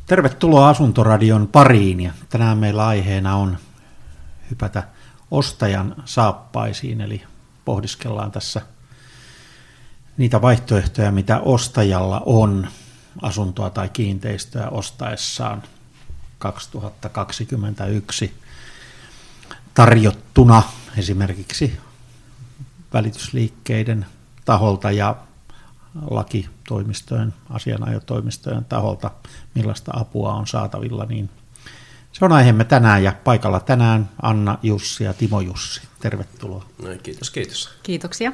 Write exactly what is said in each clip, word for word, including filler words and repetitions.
Tervetuloa Asuntoradion pariin ja tänään meillä aiheena on hypätä ostajan saappaisiin, eli pohdiskellaan tässä niitä vaihtoehtoja, mitä ostajalla on asuntoa tai kiinteistöä ostaessaan kaksituhattakaksikymmentäyksi tarjottuna esimerkiksi välitysliikkeiden taholta ja lakitoimistojen, asianajotoimistojen taholta, millaista apua on saatavilla, niin se on aiheemme tänään ja paikalla tänään Anna Jussi ja Timo Jussi. Tervetuloa. No, kiitos, kiitos. Kiitoksia.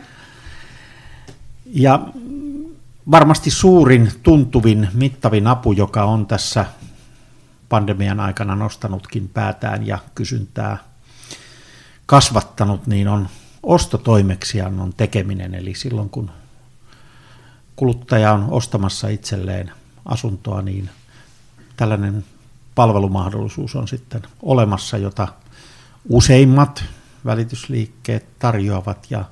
Ja varmasti suurin, tuntuvin, mittavin apu, joka on tässä pandemian aikana nostanutkin päätään ja kysyntää kasvattanut, niin on ostotoimeksiannon tekeminen. Eli silloin kun kuluttaja on ostamassa itselleen asuntoa, niin tällainen palvelumahdollisuus on sitten olemassa, jota useimmat välitysliikkeet tarjoavat, ja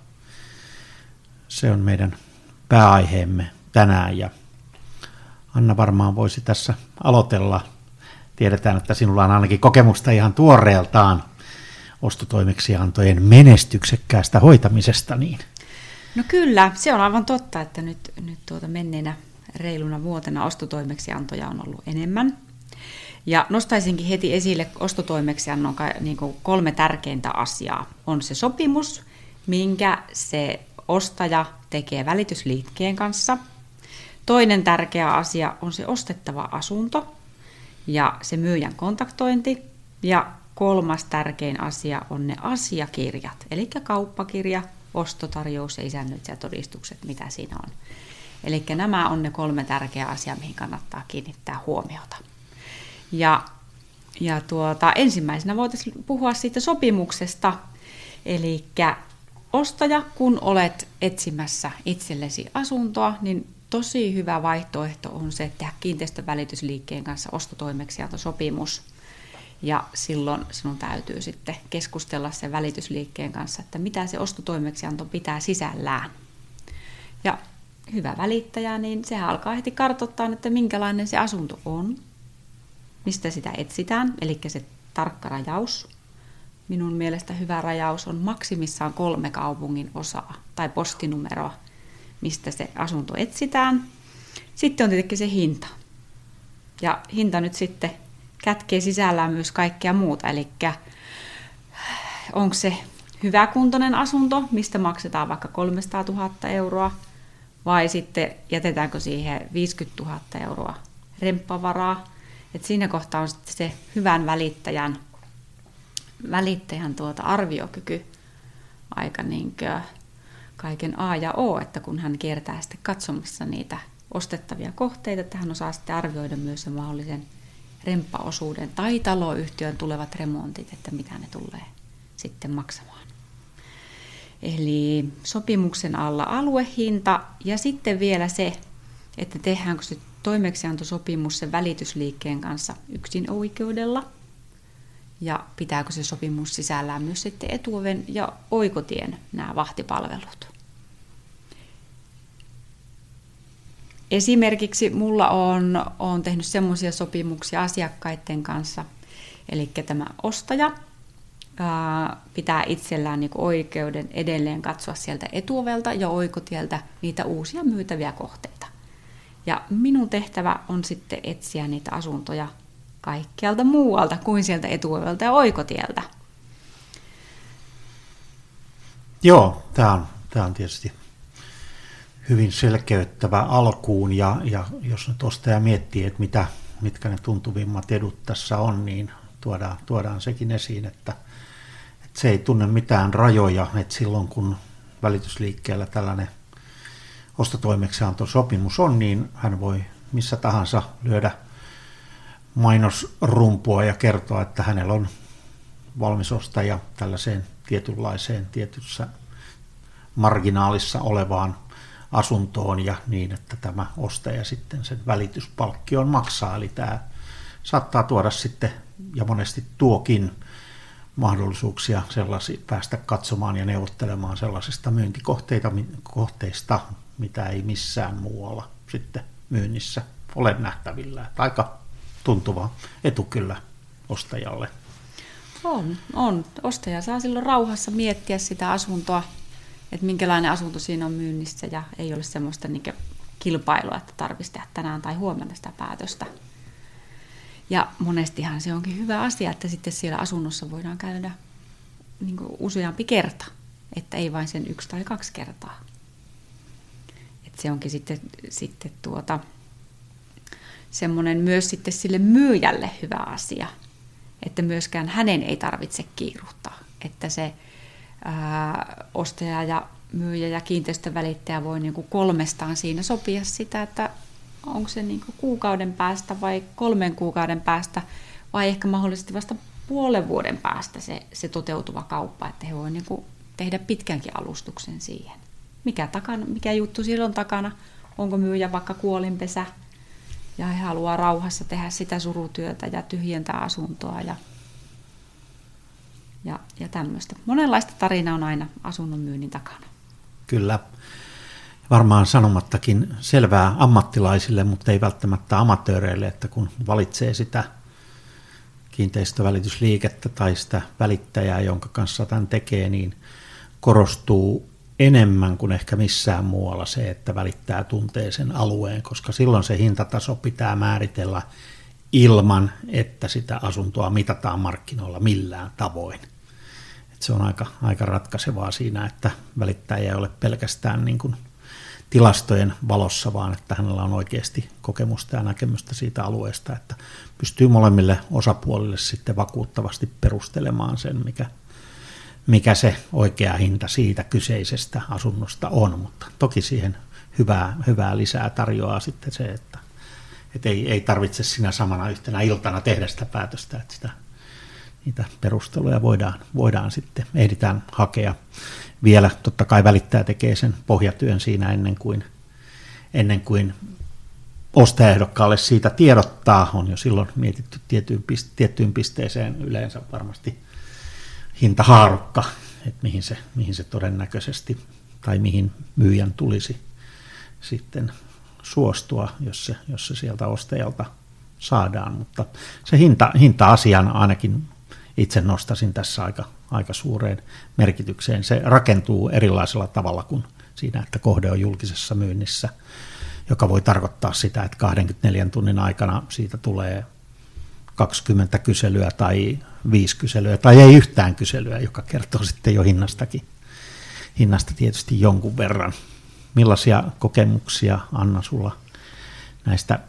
se on meidän pääaiheemme tänään. Ja Anna varmaan voisi tässä aloitella. Tiedetään, että sinulla on ainakin kokemusta ihan tuoreeltaan ostotoimeksiantojen menestyksekkäästä hoitamisesta. Niin. No kyllä, se on aivan totta, että nyt, nyt tuota menneenä reiluna vuotena ostotoimeksiantoja on ollut enemmän. Ja nostaisinkin heti esille ostotoimeksiannon niin kuin kolme tärkeintä asiaa. On se sopimus, minkä se ostaja tekee välitysliikkeen kanssa. Toinen tärkeä asia on se ostettava asunto ja se myyjän kontaktointi. Ja kolmas tärkein asia on ne asiakirjat, eli kauppakirja, ostotarjous ja isännöitsijätodistukset, mitä siinä on. Eli nämä on ne kolme tärkeää asiaa, mihin kannattaa kiinnittää huomiota. Ja, ja tuota, ensimmäisenä voitaisiin puhua siitä sopimuksesta, eli ostaja, kun olet etsimässä itsellesi asuntoa, niin tosi hyvä vaihtoehto on se, että tehdä kiinteistövälitysliikkeen kanssa ostotoimeksiantosopimus. Ja silloin sinun täytyy sitten keskustella sen välitysliikkeen kanssa, että mitä se ostotoimeksianto pitää sisällään. Ja hyvä välittäjä, niin sehän alkaa heti kartoittaa, että minkälainen se asunto on, mistä sitä etsitään, eli se tarkka rajaus. Minun mielestä hyvä rajaus on maksimissaan kolme kaupungin osaa tai postinumeroa, mistä se asunto etsitään. Sitten on tietenkin se hinta. Ja hinta nyt sitten kätkee sisällään myös kaikkea muuta, eli onko se hyväkuntoinen asunto, mistä maksetaan vaikka kolmesataatuhatta euroa, vai sitten jätetäänkö siihen viisikymmentätuhatta euroa remppavaraa. Et siinä kohtaa on sitten se hyvän välittäjän, välittäjän tuota arviokyky aika niin kaiken A ja O, että kun hän kiertää sitten katsomassa niitä ostettavia kohteita, että hän osaa sitten arvioida myös sen mahdollisen remppaosuuden tai taloyhtiön tulevat remontit, että mitä ne tulee sitten maksamaan. Eli sopimuksen alla aluehinta ja sitten vielä se, että tehdäänkö se toimeksiantosopimus sen välitysliikkeen kanssa yksin oikeudella ja pitääkö se sopimus sisällään myös sitten etuoven ja oikotien nämä vahtipalvelut. Esimerkiksi mulla on, on tehnyt semmoisia sopimuksia asiakkaiden kanssa, eli tämä ostaja ää, pitää itsellään niin kuin oikeuden edelleen katsoa sieltä etuovelta ja oikotieltä niitä uusia myytäviä kohteita. Ja minun tehtävä on sitten etsiä niitä asuntoja kaikkialta muualta kuin sieltä etuovelta ja oikotieltä. Joo, tämä on, tämä on tietysti hyvin selkeyttävä alkuun, ja, ja jos nyt ostaja miettii, että mitä, mitkä ne tuntuvimmat edut tässä on, niin tuodaan, tuodaan sekin esiin, että, että se ei tunne mitään rajoja, että silloin kun välitysliikkeellä tällainen ostotoimeksiantosopimus on, niin hän voi missä tahansa lyödä mainosrumpua ja kertoa, että hänellä on valmis ostaja tällaiseen tietynlaiseen tietyssä marginaalissa olevaan asuntoon ja niin, että tämä ostaja sitten sen välityspalkkion maksaa. Eli tämä saattaa tuoda sitten, ja monesti tuokin, mahdollisuuksia sellaisia päästä katsomaan ja neuvottelemaan sellaisista myyntikohteista, mitä ei missään muualla sitten myynnissä ole nähtävillä. Aika tuntuva etu kyllä ostajalle. On, on. Ostaja saa silloin rauhassa miettiä sitä asuntoa, että minkälainen asunto siinä on myynnissä ja ei ole semmoista niin kilpailua, että tarvitsisi tehdä tänään tai huomenna sitä päätöstä. Ja monestihan se onkin hyvä asia, että sitten siellä asunnossa voidaan käydä niin kuin useampi kerta, että ei vain sen yksi tai kaksi kertaa. Että se onkin sitten, sitten tuota, semmoinen myös sitten sille myyjälle hyvä asia, että myöskään hänen ei tarvitse kiiruhtaa, että se ää, ostaja ja myyjä ja kiinteistövälittäjä voi niin kuin kolmestaan siinä sopia sitä, että onko se niin kuin kuukauden päästä vai kolmen kuukauden päästä vai ehkä mahdollisesti vasta puolen vuoden päästä se, se toteutuva kauppa, että he voivat niin kuin tehdä pitkänkin alustuksen siihen. Mikä, takana, mikä juttu siellä on takana, onko myyjä vaikka kuolinpesä ja he haluaa rauhassa tehdä sitä surutyötä ja tyhjentää asuntoa ja, ja, ja tämmöistä. Monenlaista tarinaa on aina asunnon myynnin takana. Kyllä. Varmaan sanomattakin selvää ammattilaisille, mutta ei välttämättä amatööreille, että kun valitsee sitä kiinteistövälitysliikettä tai sitä välittäjää, jonka kanssa tämän tekee, niin korostuu enemmän kuin ehkä missään muualla se, että välittäjä tuntee sen alueen, koska silloin se hintataso pitää määritellä ilman, että sitä asuntoa mitataan markkinoilla millään tavoin. Et se on aika, aika ratkaisevaa siinä, että välittäjä ei ole pelkästään niin kuin tilastojen valossa, vaan että hänellä on oikeasti kokemusta ja näkemystä siitä alueesta, että pystyy molemmille osapuolille sitten vakuuttavasti perustelemaan sen, mikä, mikä se oikea hinta siitä kyseisestä asunnosta on, mutta toki siihen hyvää, hyvää lisää tarjoaa sitten se, että, että ei, ei tarvitse siinä samana yhtenä iltana tehdä sitä päätöstä, että sitä, niitä perusteluja voidaan, voidaan sitten, ehditään hakea. Vielä totta kai välittäjä tekee sen pohjatyön siinä ennen kuin, ennen kuin ostajaehdokkaalle siitä tiedottaa. On jo silloin mietitty tiettyyn, piste- tiettyyn pisteeseen yleensä varmasti hintahaarukka, että mihin se, mihin se todennäköisesti tai mihin myyjän tulisi sitten suostua, jos se, jos se sieltä ostajalta saadaan. Mutta se hinta, hinta-asian ainakin itse nostaisin tässä aika, aika suureen merkitykseen. Se rakentuu erilaisella tavalla kuin siinä, että kohde on julkisessa myynnissä, joka voi tarkoittaa sitä, että kaksikymmentäneljän tunnin aikana siitä tulee kaksikymmentä kyselyä tai viisi kyselyä tai ei yhtään kyselyä, joka kertoo sitten jo hinnastakin, hinnasta tietysti jonkun verran. Millaisia kokemuksia, Anna, sulla näistä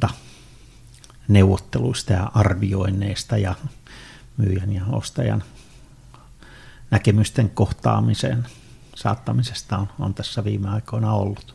hintaneuvotteluista ja arvioinneista ja myyjän ja ostajan näkemysten kohtaamisen saattamisesta on, on tässä viime aikoina ollut?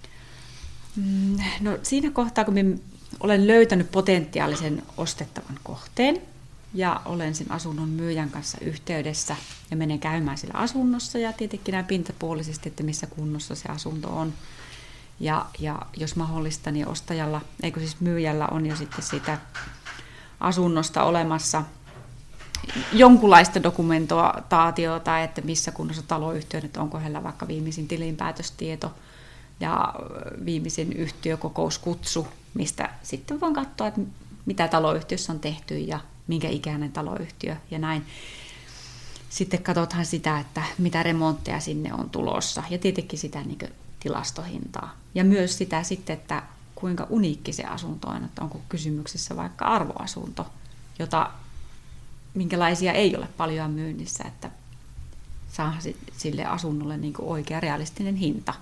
No siinä kohtaa, kun minä olen löytänyt potentiaalisen ostettavan kohteen ja olen sen asunnon myyjän kanssa yhteydessä ja menen käymään sillä asunnossa ja tietenkin näin pintapuolisesti, että missä kunnossa se asunto on. Ja, ja jos mahdollista, niin ostajalla, eikö siis myyjällä on jo sitten siitä asunnosta olemassa jonkunlaista dokumentaatiota, että missä kunnossa taloyhtiö nyt onko heillä vaikka viimeisin tilinpäätöstieto ja viimeisin yhtiökokouskutsu, mistä sitten voin katsoa, että mitä taloyhtiössä on tehty ja minkä ikäinen taloyhtiö ja näin. Sitten katsotaan sitä, että mitä remontteja sinne on tulossa ja tietenkin sitä niin kuin tilastohintaa. Ja myös sitä sitten, että kuinka uniikki se asunto on, että onko kysymyksessä vaikka arvoasunto, jota minkälaisia ei ole paljon myynnissä, että saa sille asunnolle niin kuin oikea realistinen hinta.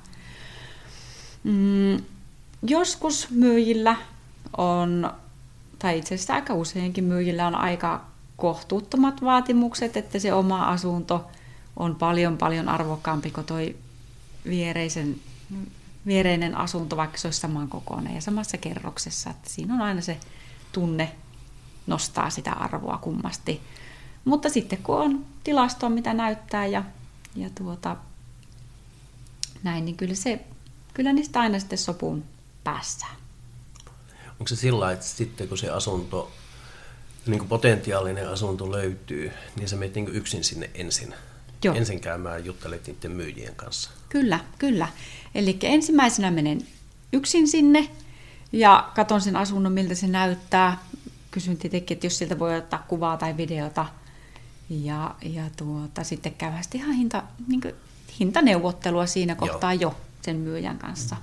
Mm, joskus myyjillä on, tai itse asiassa aika useinkin myyjillä on aika kohtuuttomat vaatimukset, että se oma asunto on paljon paljon arvokkaampi kuin toi viereisen, viereinen asunto, vaikka se olisi samankokoinen ja samassa kerroksessa. Että siinä on aina se tunne nostaa sitä arvoa kummasti. Mutta sitten kun on tilastoa, mitä näyttää ja, ja tuota, näin, niin kyllä, se, kyllä niistä aina sitten sopuun päässään. Onko se sillä lailla, että sitten kun se asunto, niin kuin potentiaalinen asunto löytyy, niin sä menet niin kuin yksin sinne ensin? Joo. Ensin käymään juttelet niiden myyjien kanssa? Kyllä, kyllä. Eli ensimmäisenä menen yksin sinne ja katson sen asunnon, miltä se näyttää, kysyin tietenkin, että jos sieltä voi ottaa kuvaa tai videota. Ja, ja tuota, sitten käydään sitten ihan hinta, niin kuin, hintaneuvottelua siinä kohtaa jo sen myyjän kanssa.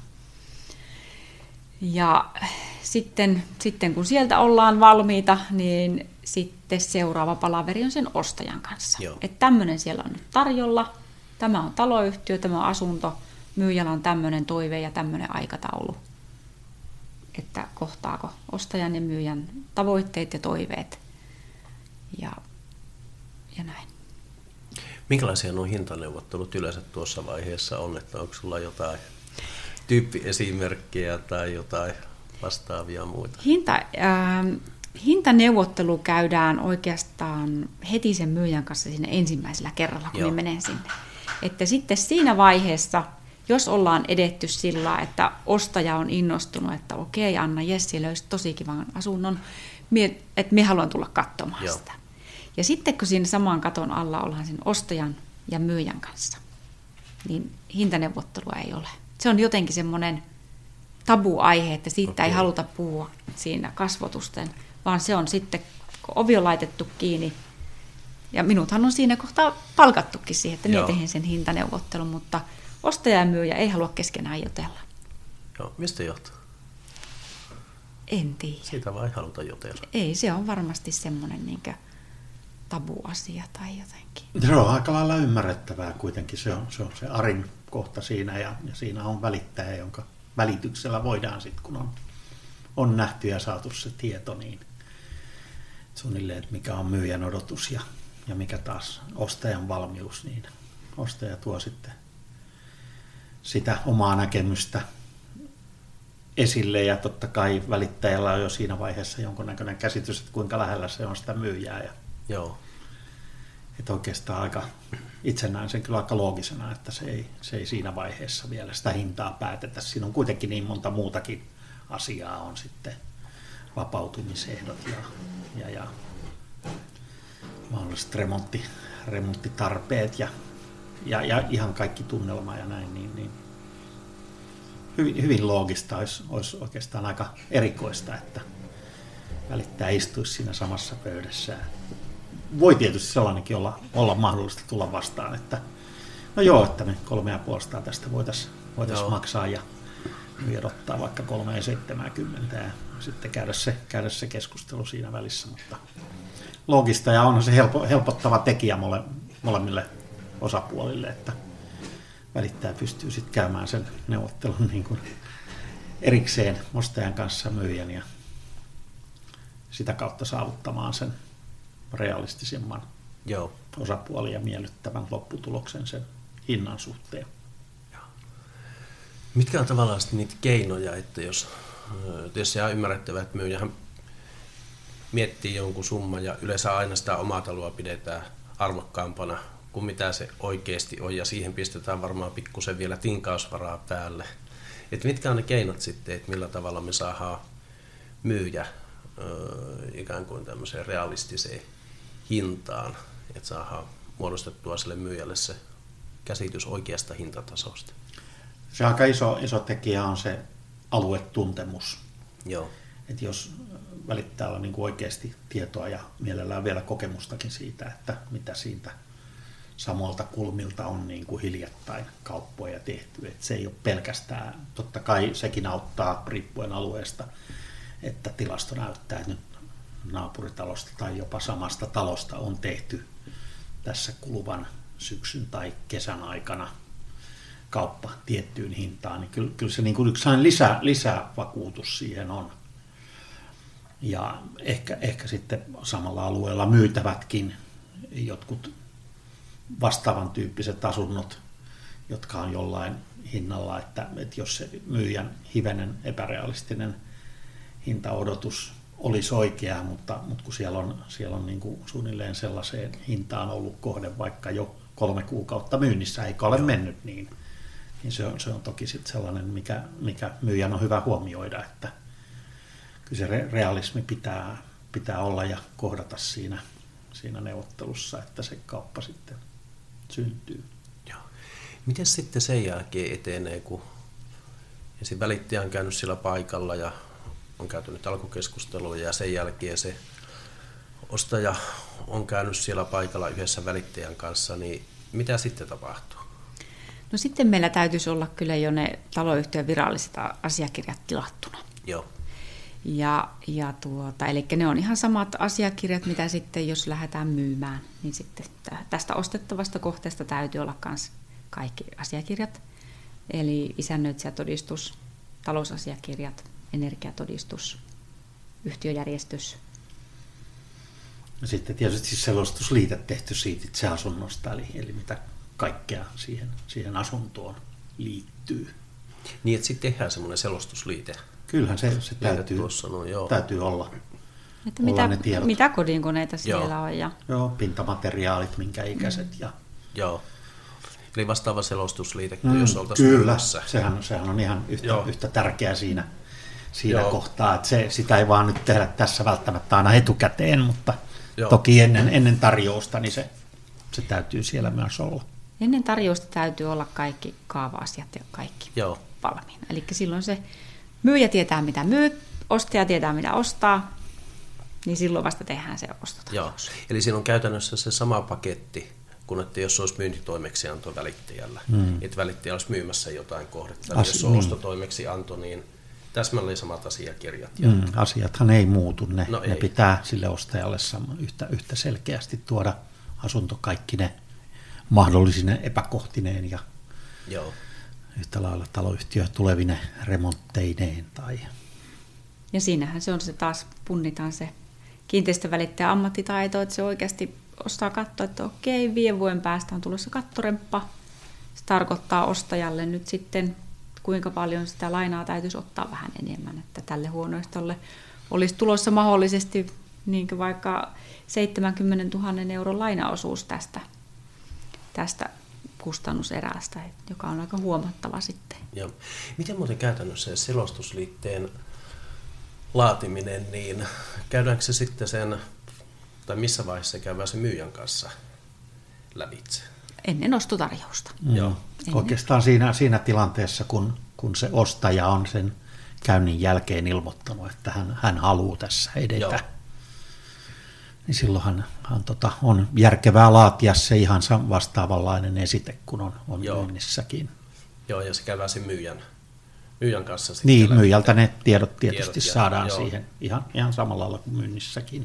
Ja sitten, sitten kun sieltä ollaan valmiita, niin sitten seuraava palaveri on sen ostajan kanssa. Että tämmöinen siellä on nyt tarjolla, tämä on taloyhtiö, tämä on asunto, myyjällä on tämmöinen toive ja tämmöinen aikataulu. Että kohtaako ostajan ja myyjän tavoitteet ja toiveet ja, ja näin. Minkälaisia nuo hintaneuvottelut yleensä tuossa vaiheessa on, että onko sulla jotain tyyppiesimerkkejä tai jotain vastaavia muita? Hinta, äh, hintaneuvottelu käydään oikeastaan heti sen myyjän kanssa siinä ensimmäisellä kerralla, kun me menen sinne. Että sitten siinä vaiheessa, jos ollaan edetty sillä, että ostaja on innostunut, että okei Anna, Jessi löysi tosi kivan asunnon, että me haluan tulla katsomaan Joo. sitä. Ja sitten kun siinä saman katon alla ollaan sen ostajan ja myyjän kanssa, niin hintaneuvottelua ei ole. Se on jotenkin semmoinen tabu-aihe, että siitä okay. ei haluta puhua siinä kasvotusten, vaan se on sitten, kun ovi on laitettu kiinni, ja minuthan on siinä kohtaa palkattukin siihen, että minä tehdään sen hintaneuvottelun, mutta ostaja ja myyjä ei halua keskenään jutella. Joo, mistä johtuu? En tiedä. Siitä vaan ei haluta jutella. Ei, se on varmasti semmoinen niinkö tabuasia tai jotenkin. Se on aika lailla ymmärrettävää kuitenkin, se on se, on se arin kohta siinä ja, ja siinä on välittäjä, jonka välityksellä voidaan sitten, kun on, on nähty ja saatu se tieto, niin suunnilleen, että mikä on myyjän odotus ja, ja mikä taas ostajan valmius, niin ostaja tuo sitten sitä omaa näkemystä esille ja totta kai välittäjällä on jo siinä vaiheessa jonkunnäköinen käsitys, että kuinka lähellä se on sitä myyjää. Ja Joo. Että oikeastaan aika, itse näen sen kyllä aika loogisena, että se ei, se ei siinä vaiheessa vielä sitä hintaa päätetä. Siinä on kuitenkin niin monta muutakin asiaa, on sitten vapautumisehdot ja, ja, ja mahdolliset remontti, remonttitarpeet ja, ja, ja ihan kaikki tunnelma ja näin. Niin, niin hyvin, hyvin loogista olisi, olisi oikeastaan aika erikoista, että välittäjä istuisi siinä samassa pöydässä. Voi tietysti sellainenkin olla, olla mahdollista tulla vastaan, että no joo, että me kolme ja puolestaan tästä voitaisiin voitais maksaa ja myyjät ottaa vaikka kolme ja seitsemänkymmentä ja sitten käydä se, käydä se keskustelu siinä välissä, mutta loogista ja onhan se helpo, helpottava tekijä mole, molemmille osapuolille, että välittäjä pystyy sitten käymään sen neuvottelun niin kuin erikseen ostajan kanssa myyjän ja sitä kautta saavuttamaan sen realistisemman Joo. osapuolia ja miellyttävän lopputuloksen sen hinnan suhteen. Joo. Mitkä on tavallaan niitä keinoja, että jos tietysti ihan ymmärrettävä, että myyjähän miettii jonkun summan ja yleensä aina sitä omaa taloa pidetään arvokkaampana kuin mitä se oikeasti on ja siihen pistetään varmaan pikkusen vielä tinkausvaraa päälle. Että mitkä on ne keinot sitten, että millä tavalla me saadaan myyjä ikään kuin tämmöiseen realistiseen hintaan, että saadaan muodostettua sille myyjälle se käsitys oikeasta hintatasosta. Se aika iso, iso tekijä on se aluetuntemus. Joo. Että jos välittää olla niin kuin oikeasti tietoa ja mielellään vielä kokemustakin siitä, että mitä siitä samoilta kulmilta on niin kuin hiljattain kauppoja tehty. Että se ei ole pelkästään, totta kai sekin auttaa riippuen alueesta, että tilasto näyttää, että nyt naapuritalosta tai jopa samasta talosta on tehty tässä kuluvan syksyn tai kesän aikana kauppa tiettyyn hintaan, niin kyllä, kyllä se niin kuin yksi lisä, lisävakuutus siihen on. Ja ehkä, ehkä sitten samalla alueella myytävätkin jotkut vastaavan tyyppiset asunnot, jotka on jollain hinnalla, että, että jos se myyjän hivenen epärealistinen hintaodotus olisi oikea, mutta, mutta kun siellä on, siellä on niin kuin suunnilleen sellaiseen hintaan ollut kohde vaikka jo kolme kuukautta myynnissä, eikä ole mennyt niin, niin se on, se on toki sitten sellainen, mikä, mikä myyjän on hyvä huomioida, että kyllä se realismi pitää, pitää olla ja kohdata siinä, siinä neuvottelussa, että se kauppa sitten syntyy. Joo. Miten sitten sen jälkeen etenee, kun ensin välittäjä on käynyt sillä paikalla ja on käyty nyt alkukeskustelua ja sen jälkeen se ostaja on käynyt siellä paikalla yhdessä välittäjän kanssa, niin mitä sitten tapahtuu? No sitten meillä täytyisi olla kyllä jo ne taloyhtiön viralliset asiakirjat tilattuna. Joo. Ja, ja tuota, eli ne on ihan samat asiakirjat, mitä sitten jos lähdetään myymään, niin sitten tästä ostettavasta kohteesta täytyy olla myös kaikki asiakirjat. Eli isännöitsijätodistus, talousasiakirjat, energiatodistus, yhtiöjärjestys. Ja sitten tietysti selostusliite tehty siitä itse asunnosta, eli, eli mitä kaikkea siihen, siihen asuntoon liittyy. Niin, että sitten tehdään semmoinen selostusliite. Kyllähän se, se täytyy, tuossa, no, joo. täytyy olla. Että mitä, mitä kodinkoneita siellä joo. on. Ja... Joo, pintamateriaalit, minkä ikäiset. Mm. Ja... Joo. Eli vastaava selostusliite, kun mm, jos oltaisiin kyllä, myymässä. Sehän, sehän on ihan yhtä, yhtä tärkeää siinä, siinä kohtaa, että se, sitä ei vaan nyt tehdä tässä välttämättä aina etukäteen, mutta joo. toki ennen, ennen tarjousta niin se, se täytyy siellä myös olla. Ennen tarjousta täytyy olla kaikki kaava-asiat ja kaikki joo. valmiina. Eli silloin se myyjä tietää, mitä myy, ostaja tietää, mitä ostaa, niin silloin vasta tehdään se ostotarjous. Joo. Eli siinä on käytännössä se sama paketti, kun että jos olisi myyntitoimeksianto välittäjällä, mm. että välittäjä olisi myymässä jotain kohdetta. Asi- jos on niin. ostotoimeksianto, niin täsmälleen samat asiakirjat. Ja... Mm, asiathan ei muutu, ne, no ne ei. pitää sille ostajalle sama, yhtä, yhtä selkeästi tuoda asunto kaikki ne mahdollisine epäkohtineen ja Joo. yhtä lailla taloyhtiö tulevine remontteineen. Tai... Ja siinähän se on se taas, punnitaan se kiinteistövälittäjän ammattitaito, että se oikeasti ostaa katsoa, että okei, viiden vuoden päästä on tulossa kattoremppa. Se tarkoittaa ostajalle nyt sitten, kuinka paljon sitä lainaa täytyisi ottaa vähän enemmän, että tälle huoneistolle olisi tulossa mahdollisesti niin kuin vaikka seitsemänkymmentätuhatta euron lainaosuus tästä, tästä kustannuserästä, joka on aika huomattava sitten. Joo. Miten muuten käytännössä selostusliitteen laatiminen, niin käydäänkö se sitten sen, tai missä vaiheessa se käydään sen myyjän kanssa lävitse? Ennen ostotarjousta. Mm. Joo. Oikeastaan siinä, siinä tilanteessa, kun, kun se ostaja on sen käynnin jälkeen ilmoittanut, että hän, hän haluaa tässä edetä, Joo. niin silloinhan hän, tota, on järkevää laatia se ihan vastaavanlainen esite, kun on, on myynnissäkin. Joo, ja se käydään sen myyjän, myyjän kanssa. Niin, myyjältä ne tiedot tietysti tiedot, saadaan ja, siihen ihan, ihan samalla lailla kuin myynnissäkin.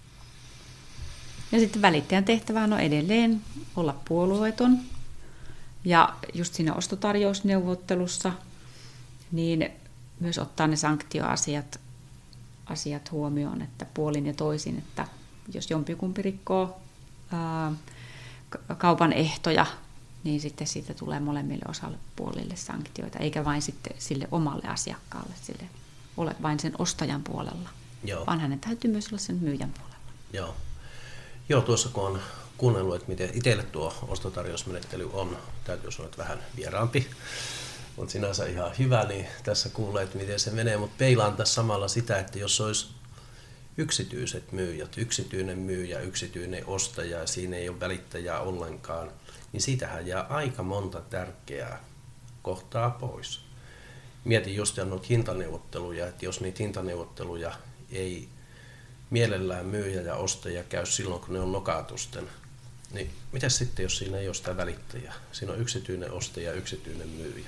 Ja sitten välittäjän tehtävään on edelleen olla puolueeton. Ja just siinä ostotarjousneuvottelussa niin myös ottaa ne sanktioasiat asiat huomioon, että puolin ja toisin, että jos jompikumpi rikkoo ää, kaupan ehtoja, niin sitten siitä tulee molemmille osalle puolille sanktioita, eikä vain sitten sille omalle asiakkaalle, sille ole vain sen ostajan puolella, Joo. vaan hänen täytyy myös olla sen myyjän puolella. Joo. Joo, tuossa kun on kuunnellut, että miten itselle tuo ostotarjousmenettely on, täytyy sanoa, että vähän vieraampi, mutta sinänsä ihan hyvä, niin tässä kuulee, että miten se menee, mutta peilaan tässä samalla sitä, että jos olisi yksityiset myyjät, yksityinen myyjä, yksityinen ostaja ja siinä ei ole välittäjää ollenkaan, niin siitähän jää aika monta tärkeää kohtaa pois. Mietin just noita hintaneuvotteluja, että jos niitä hintaneuvotteluja ei mielellään myyjä ja ostaja käy silloin, kun ne on nokatusten, niin mitä sitten, jos siinä ei ole sitä välittäjää? Siinä on yksityinen ostaja ja yksityinen myyjä.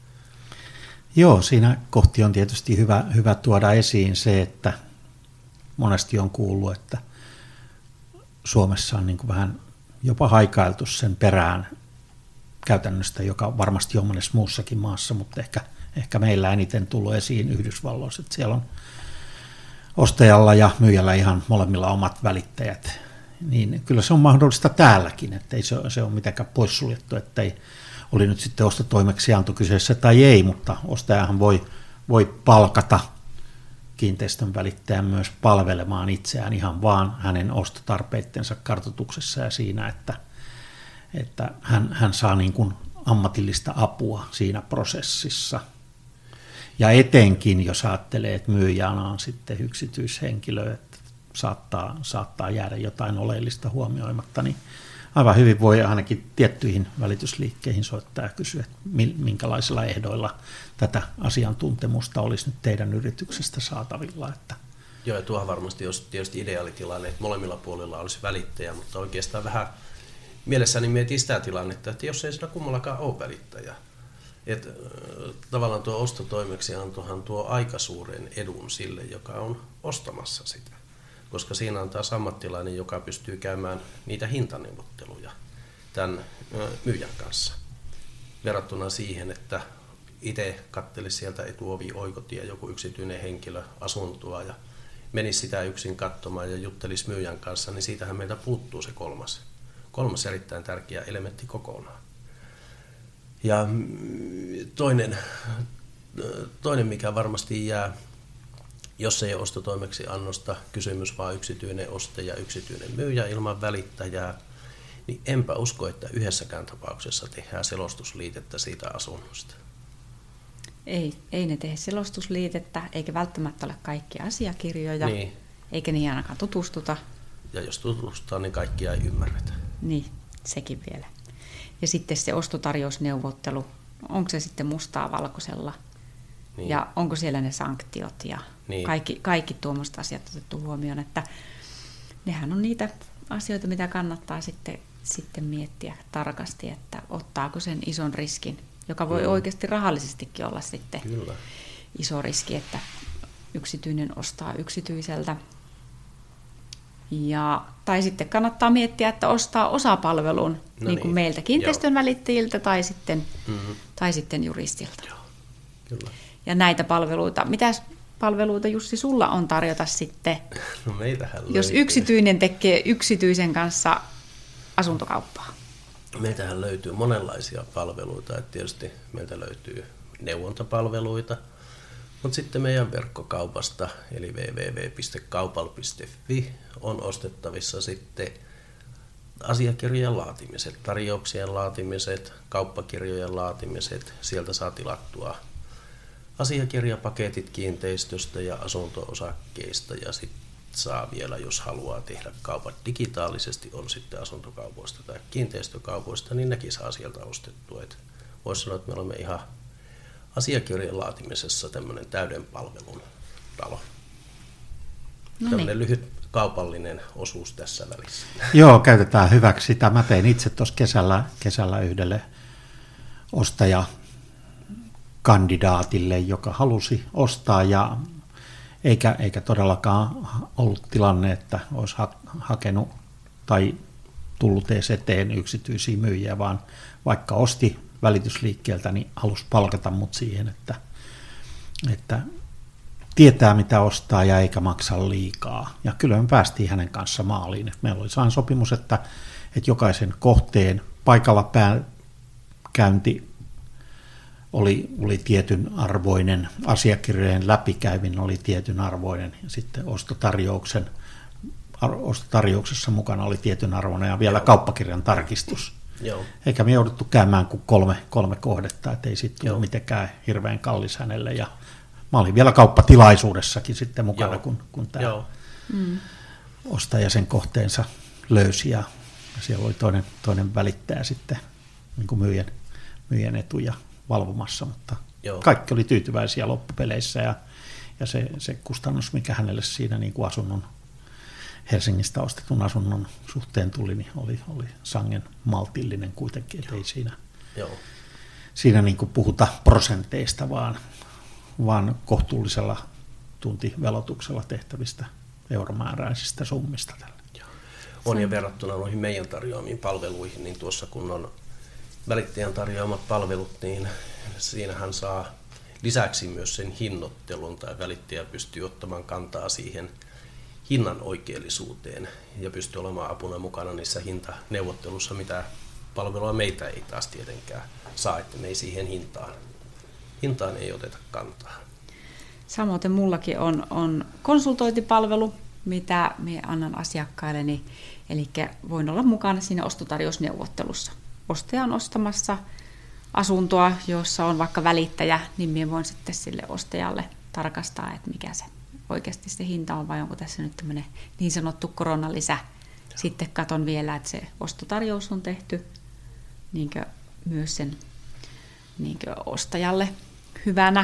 Joo, siinä kohti on tietysti hyvä, hyvä tuoda esiin se, että monesti on kuullut, että Suomessa on niin kuin vähän jopa haikailtu sen perään käytännöstä, joka varmasti on monessa muussakin maassa, mutta ehkä, ehkä meillä eniten tullut esiin Yhdysvalloissa, että siellä on ostajalla ja myyjällä ihan molemmilla omat välittäjät, niin kyllä se on mahdollista täälläkin, että ei se, se ole mitenkään poissuljettu, että ei oli nyt sitten ostotoimeksianto kyseessä tai ei, mutta ostajahan voi, voi palkata kiinteistön välittäjän myös palvelemaan itseään ihan vaan hänen ostotarpeittensa kartoituksessa ja siinä, että, että hän, hän saa niin kuin ammatillista apua siinä prosessissa. Ja etenkin, jos ajattelee, että myyjänä on sitten yksityishenkilö, että saattaa, saattaa jäädä jotain oleellista huomioimatta, niin aivan hyvin voi ainakin tiettyihin välitysliikkeihin soittaa ja kysyä, että minkälaisilla ehdoilla tätä asiantuntemusta olisi nyt teidän yrityksestä saatavilla. Että Joo, ja tuohan varmasti olisi tietysti ideaalitilanne, että molemmilla puolilla olisi välittäjä, mutta oikeastaan vähän mielessäni mietin sitä tilannetta, että jos ei siinä kummallakaan ole välittäjä. Että tavallaan tuo ostotoimeksiantohan tuo aika suuren edun sille, joka on ostamassa sitä. Koska siinä on taas ammattilainen, joka pystyy käymään niitä hintaneuvotteluja tämän myyjän kanssa. Verrattuna siihen, että itse kattelisi sieltä etuovi oikotie joku yksityinen henkilö asuntoa ja menisi sitä yksin katsomaan ja juttelisi myyjän kanssa, niin siitähän meiltä puuttuu se kolmas. Kolmas erittäin tärkeä elementti kokonaan. Ja toinen, toinen mikä varmasti jää, jos ei ole ostotoimeksiannosta kysymys, vaan yksityinen ostaja, yksityinen myyjä ilman välittäjää, niin enpä usko, että yhdessäkään tapauksessa tehdään selostusliitettä siitä asunnosta. Ei, ei ne tee selostusliitettä, eikä välttämättä ole kaikkia asiakirjoja, Niin. eikä niin ainakaan tutustuta. Ja jos tutustutaan, niin kaikkia ei ymmärretä. Niin, sekin vielä. Ja sitten se ostotarjousneuvottelu, onko se sitten mustaa valkoisella? Niin. Ja onko siellä ne sanktiot ja Niin. kaikki, kaikki tuommoiset asiat otettu huomioon, että nehän on niitä asioita, mitä kannattaa sitten, sitten miettiä tarkasti, että ottaako sen ison riskin, joka voi Mm. oikeasti rahallisestikin olla sitten Kyllä. iso riski, että yksityinen ostaa yksityiseltä. Ja, tai sitten kannattaa miettiä, että ostaa osapalvelun No niin kuin niin. meiltä kiinteistön Joo. välittäjiltä tai sitten, Mm-hmm. tai sitten juristilta. Joo, kyllä. Ja näitä palveluita, mitäs palveluita Jussi sulla on tarjota sitten, No meitähän jos löytyy. yksityinen tekee yksityisen kanssa asuntokauppaa? Meiltähän löytyy monenlaisia palveluita, että tietysti meiltä löytyy neuvontapalveluita, mutta sitten meidän verkkokaupasta, eli double-u double-u double-u piste kaupal piste fi on ostettavissa sitten asiakirjojen laatimiset, tarjouksien laatimiset, kauppakirjojen laatimiset, sieltä saa tilattua asiakirjapaketit kiinteistöstä ja asunto-osakkeista ja sitten saa vielä, jos haluaa tehdä kaupat digitaalisesti, on sitten asuntokaupoista tai kiinteistökaupoista, niin nekin saa sieltä ostettua. Et voisi sanoa, että me olemme ihan asiakirjojen laatimisessa tämmöinen täyden palvelun talo. No Tämmöinen niin. lyhyt kaupallinen osuus tässä välissä. Joo, käytetään hyväksi sitä. Mä tein itse tuossa kesällä, kesällä yhdelle ostajakandidaatille, joka halusi ostaa ja eikä, eikä todellakaan ollut tilanne, että olisi ha- hakenut tai tullut edes eteen yksityisiä myyjiä, vaan vaikka osti välitysliikkeeltä, niin halusi palkata mut siihen, että, että tietää mitä ostaa ja eikä maksa liikaa. Ja kyllä me päästiin hänen kanssa maaliin. Et meillä oli sellainen sopimus, että, että jokaisen kohteen paikalla pää, käynti oli, oli tietyn arvoinen, asiakirjojen läpikäyminen oli tietyn arvoinen ja sitten ostotarjouksen, ostotarjouksessa mukana oli tietyn arvoinen ja vielä kauppakirjan tarkistus. Joo. Eikä me jouduttu käymään kuin kolme, kolme kohdetta, ettei sitten ole mitenkään hirveän kallis hänelle. Ja mä olin vielä kauppatilaisuudessakin sitten mukana, Joo. kun, kun tämä Joo. Mm. ostaja sen kohteensa löysi ja siellä oli toinen, toinen välittäjä sitten niin kuin myyjän, myyjän etuja valvomassa, mutta Joo. kaikki oli tyytyväisiä loppupeleissä ja, ja se, se kustannus, mikä hänelle siinä niin kuin asunnon, Helsingistä ostetun asunnon suhteen tuli, niin oli, oli sangen maltillinen kuitenkin, että ei siinä, Joo. siinä niin kuin puhuta prosenteista, vaan, vaan kohtuullisella tuntivelotuksella tehtävistä euromääräisistä summista tällä. On ja verrattuna noihin meidän tarjoamiin palveluihin, niin tuossa kun on välittäjän tarjoamat palvelut, niin siinähän saa lisäksi myös sen hinnoittelun tai välittäjä pystyy ottamaan kantaa siihen hinnan oikeellisuuteen ja pystyy olemaan apuna mukana niissä hintaneuvottelussa, mitä palvelua meitä ei taas tietenkään saa, että me ei siihen hintaan, hintaan ei oteta kantaa. Samoin mullakin on, on konsultointipalvelu, mitä minä annan asiakkailleni, eli voin olla mukana siinä ostotarjousneuvottelussa. Ostaja on ostamassa asuntoa, jossa on vaikka välittäjä, niin minä voin sitten sille ostajalle tarkastaa, että mikä se oikeasti se hinta on, vai onko tässä nyt tämmöinen niin sanottu koronalisä Sitten katon vielä, että se ostotarjous on tehty niin myös sen niin ostajalle hyvänä.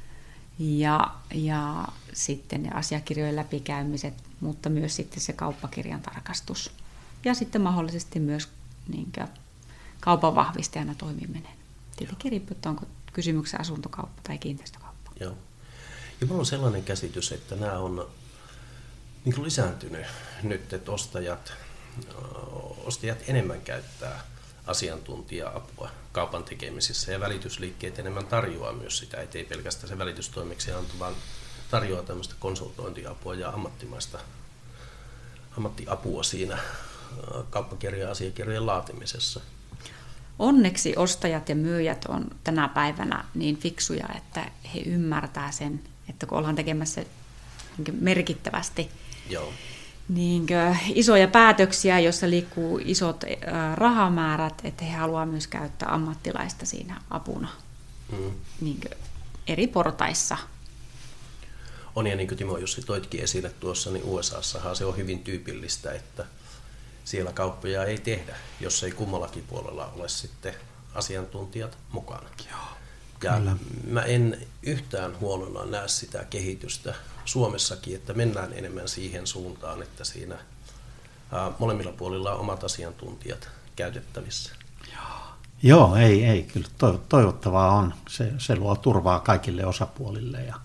Ja, ja sitten ne asiakirjojen läpikäymiset, mutta myös sitten se kauppakirjan tarkastus. Ja sitten mahdollisesti myös niin kaupan vahvistajana toimiminen. Tietenkin riippuu, että onko kysymyksessä asuntokauppa tai kiinteistökauppa. Joo. Ja minulla on sellainen käsitys, että nämä on niin kuin lisääntynyt nyt, että ostajat, ostajat enemmän käyttää asiantuntija-apua kaupan tekemisissä ja välitysliikkeet enemmän tarjoaa myös sitä, ettei pelkästään se välitystoimeksianto, vaan tarjoaa tämmöistä konsultointiapua ja ammattimaista ammattiapua siinä kauppakirja-asiakirjojen laatimisessa. Onneksi ostajat ja myyjät on tänä päivänä niin fiksuja, että he ymmärtää sen, että kun ollaan tekemässä merkittävästi Joo. Niin isoja päätöksiä, joissa liikkuu isot rahamäärät, että he haluavat myös käyttää ammattilaista siinä apuna mm. niin eri portaissa. On, ja niin kuin Timo Jussi toitkin esille tuossa, niin U S A:ssahan se on hyvin tyypillistä, että siellä kauppoja ei tehdä, jos ei kummallakin puolella ole sitten asiantuntijat mukana. Joo, ja kyllä. Mä en yhtään huonona näe sitä kehitystä Suomessakin, että mennään enemmän siihen suuntaan, että siinä ää, molemmilla puolilla on omat asiantuntijat käytettävissä. Joo, ei, ei. Kyllä toivottavaa on. Se, se luo turvaa kaikille osapuolille. Ja,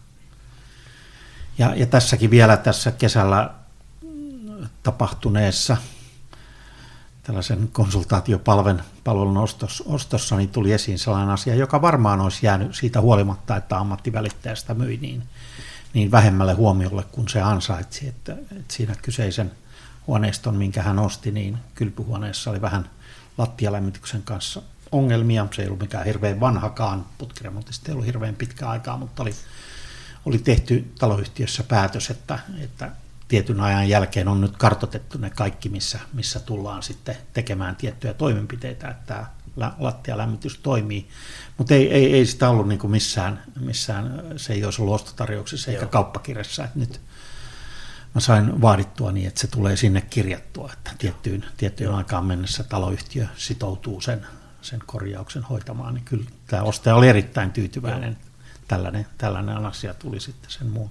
ja, ja tässäkin vielä tässä kesällä tapahtuneessa tällaisen konsultaatiopalvelun ostossa, ostossa niin tuli esiin sellainen asia, joka varmaan olisi jäänyt siitä huolimatta, että ammattivälittäjästä myi niin, niin vähemmälle huomiolle kuin se ansaitsi. Että, että siinä kyseisen huoneiston, minkä hän osti, niin kylpyhuoneessa oli vähän lattialämmityksen kanssa ongelmia. Se ei ollut mikään hirveän vanhakaan, putkiremontista ei ollut hirveän pitkä aikaa, mutta oli, oli tehty taloyhtiössä päätös, että, että tietyn ajan jälkeen on nyt kartoitettu ne kaikki, missä, missä tullaan sitten tekemään tiettyjä toimenpiteitä, että tämä lattialämmitys toimii. Mutta ei, ei, ei sitä ollut niin kuin missään, missään, se ei olisi ollut ostotarjouksessa eikä Joo. kauppakirjassa. Että nyt mä sain vaadittua niin, että se tulee sinne kirjattua, että tiettyyn, tiettyyn aikaan mennessä taloyhtiö sitoutuu sen, sen korjauksen hoitamaan. Niin kyllä tämä ostaja oli erittäin tyytyväinen. Tällainen, tällainen asia tuli sitten sen muun.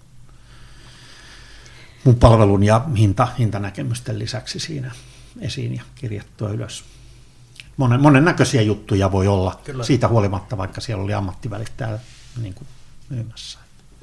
mun palvelun ja hinta, hintanäkemysten lisäksi siinä esiin ja kirjattua ylös. Monen, monen näköisiä juttuja voi olla Kyllä. siitä huolimatta, vaikka siellä oli ammattivälittäjä niin kuin myymässä.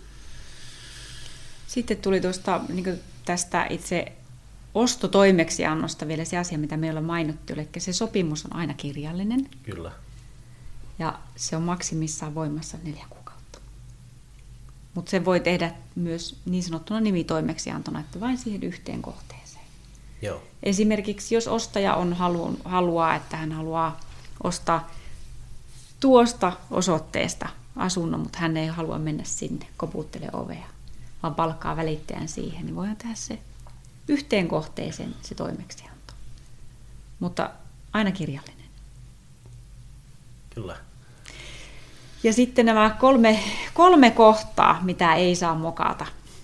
Sitten tuli tuosta, niin kuin tästä itse ostotoimeksiannosta vielä se asia, mitä meillä on mainittu, eli se sopimus on aina kirjallinen. Kyllä. Ja se on maksimissaan voimassa neljä kuukautta. Mutta se voi tehdä myös niin sanottuna nimitoimeksiantona, että vain siihen yhteen kohteeseen. Joo. Esimerkiksi jos ostaja on halu, haluaa, että hän haluaa ostaa tuosta osoitteesta asunnon, mutta hän ei halua mennä sinne, koputtele ovea, vaan palkkaa välittäjän siihen, niin voidaan tehdä se yhteen kohteeseen se toimeksianto. Mutta aina kirjallinen. Kyllä. Ja sitten nämä kolme, kolme kohtaa, mitä ei saa mokata.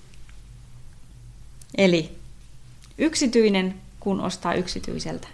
Eli yksityinen, kun ostaa yksityiseltä,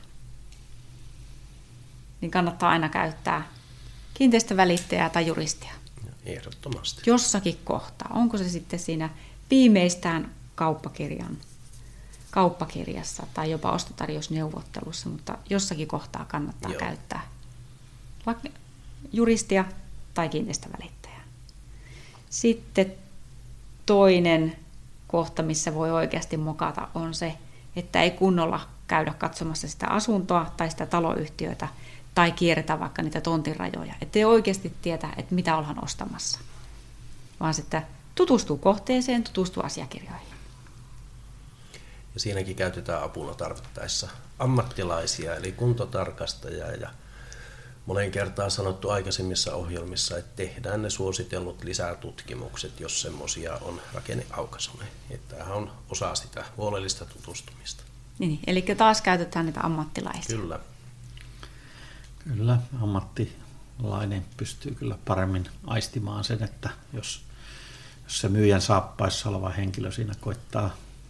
niin kannattaa aina käyttää kiinteistövälittäjää tai juristia. Ehdottomasti. Jossakin kohtaa. Onko se sitten siinä viimeistään kauppakirjan, kauppakirjassa tai jopa ostotarjousneuvottelussa, mutta jossakin kohtaa kannattaa Joo. käyttää juristia tai kiinteistövälittäjää. Sitten toinen kohta, missä voi oikeasti mokata, on se, että ei kunnolla käydä katsomassa sitä asuntoa tai sitä taloyhtiötä tai kierretä vaikka niitä tontin rajoja. Että ei oikeasti tietää, että mitä ollaan ostamassa, vaan sitten tutustuu kohteeseen, tutustuu asiakirjoihin. Ja siinäkin käytetään apuna tarvittaessa ammattilaisia, eli kuntotarkastajaa, ja monen kertaan sanottu aikaisemmissa ohjelmissa, että tehdään ne suositellut lisätutkimukset, jos semmoisia on rakenneaukaisuinen. Tämähän on osa sitä huolellista tutustumista. Niin, eli taas käytetään niitä ammattilaisia. Kyllä. Kyllä, ammattilainen pystyy kyllä paremmin aistimaan sen, että jos, jos se myyjän saappaissa oleva henkilö siinä koittaa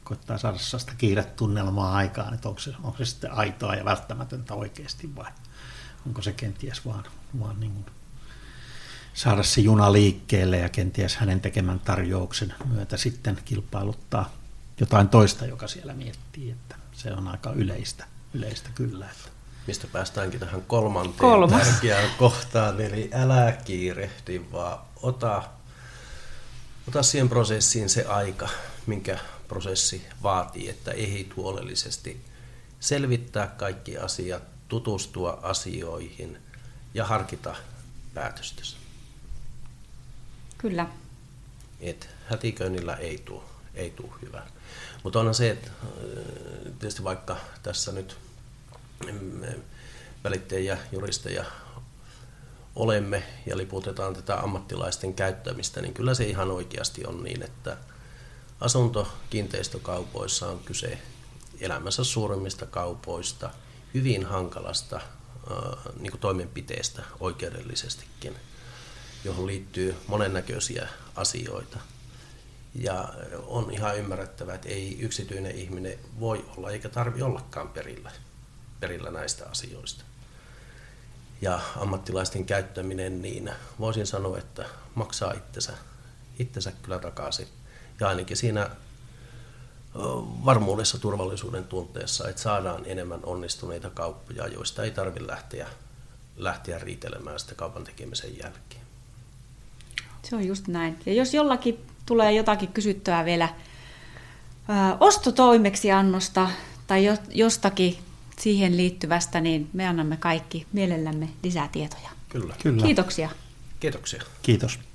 koittaa saada sellaista kiiretunnelmaa aikaan, että onko se, onko se sitten aitoa ja välttämätöntä oikeasti vai onko se kenties vaan, vaan niin kuin saada se juna liikkeelle ja kenties hänen tekemän tarjouksen myötä sitten kilpailuttaa jotain toista, joka siellä miettii, että se on aika yleistä, yleistä kyllä. Että. Mistä päästäänkin tähän kolmanteen Kolmas. tärkeään kohtaan, eli älä kiirehdi, vaan ota, ota siihen prosessiin se aika, minkä prosessi vaatii, että ehdit huolellisesti selvittää kaikki asiat, tutustua asioihin ja harkita päätöstäsi. Kyllä. Et hätiköinnillä ei tule ei tule hyvä. Mutta onhan se, että tietysti vaikka tässä nyt välittäjiä, juristeja olemme ja liputetaan tätä ammattilaisten käyttämistä, niin kyllä se ihan oikeasti on niin, että asunto-kiinteistökaupoissa on kyse elämänsä suurimmista kaupoista, hyvin hankalasta niin kuin toimenpiteestä oikeudellisestikin, johon liittyy monennäköisiä asioita. Ja on ihan ymmärrettävää, että ei yksityinen ihminen voi olla eikä tarvitse ollakaan perillä, perillä näistä asioista. Ja ammattilaisten käyttäminen, niin voisin sanoa, että maksaa itsensä, itsensä kyllä takaisin. Ja ainakin siinä varmuudessa, turvallisuuden tunteessa, että saadaan enemmän onnistuneita kauppoja, joista ei tarvitse lähteä, lähteä riitelemään sitä kaupan tekemisen jälkeen. Se on just näin. Ja jos jollakin tulee jotakin kysyttävää vielä ää, ostotoimeksiannosta tai jo, jostakin siihen liittyvästä, niin me annamme kaikki mielellämme lisää tietoja. Kyllä. Kyllä. Kiitoksia. Kiitoksia. Kiitos.